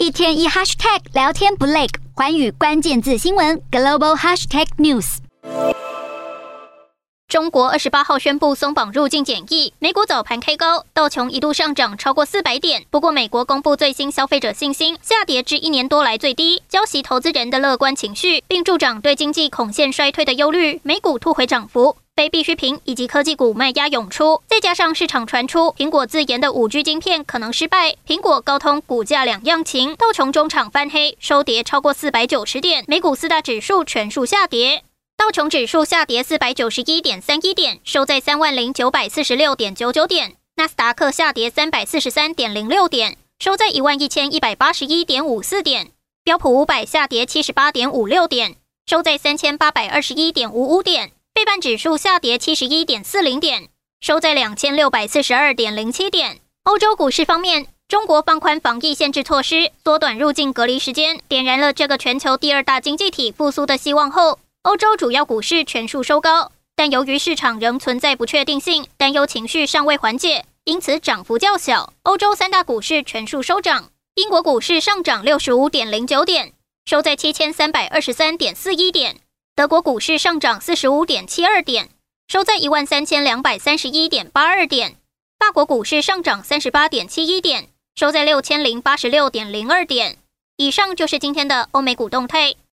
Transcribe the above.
一天一 hashtag 聊天不累，寰宇关键字新闻 global hashtag news。 中国28号宣布松绑入境检疫，美股早盘开高，道琼一度上涨超过400点。不过，美国公布最新消费者信心下跌至1年多来最低，浇熄投资人的乐观情绪，并助长对经济恐现衰退的忧虑，美股吐回涨幅。非必需品以及科技股卖压涌出，再加上市场传出苹果自研的5G 晶片可能失败，苹果、高通股价两样情，道琼中场翻黑，收跌超过490点，美股4大指数全数下跌。道琼指数下跌491.31点，收在30,946.99点；纳斯达克下跌343.06点，收在11,181.54点；标普500下跌78.56点，收在3,821.55点；费半指数下跌71.40点，收在2,642.07点。欧洲股市方面，中国放宽防疫限制措施，缩短入境隔离时间，点燃了这个全球第2大经济体复苏的希望后，欧洲主要股市全数收高，但由于市场仍存在不确定性，担忧情绪尚未缓解，因此涨幅较小。欧洲3大股市全数收涨，英国股市上涨65.09点，收在7323.41点；德国股市上涨45.72点，收在13231.82点；法国股市上涨38.71点，收在6086.02点。以上就是今天的欧美股动态。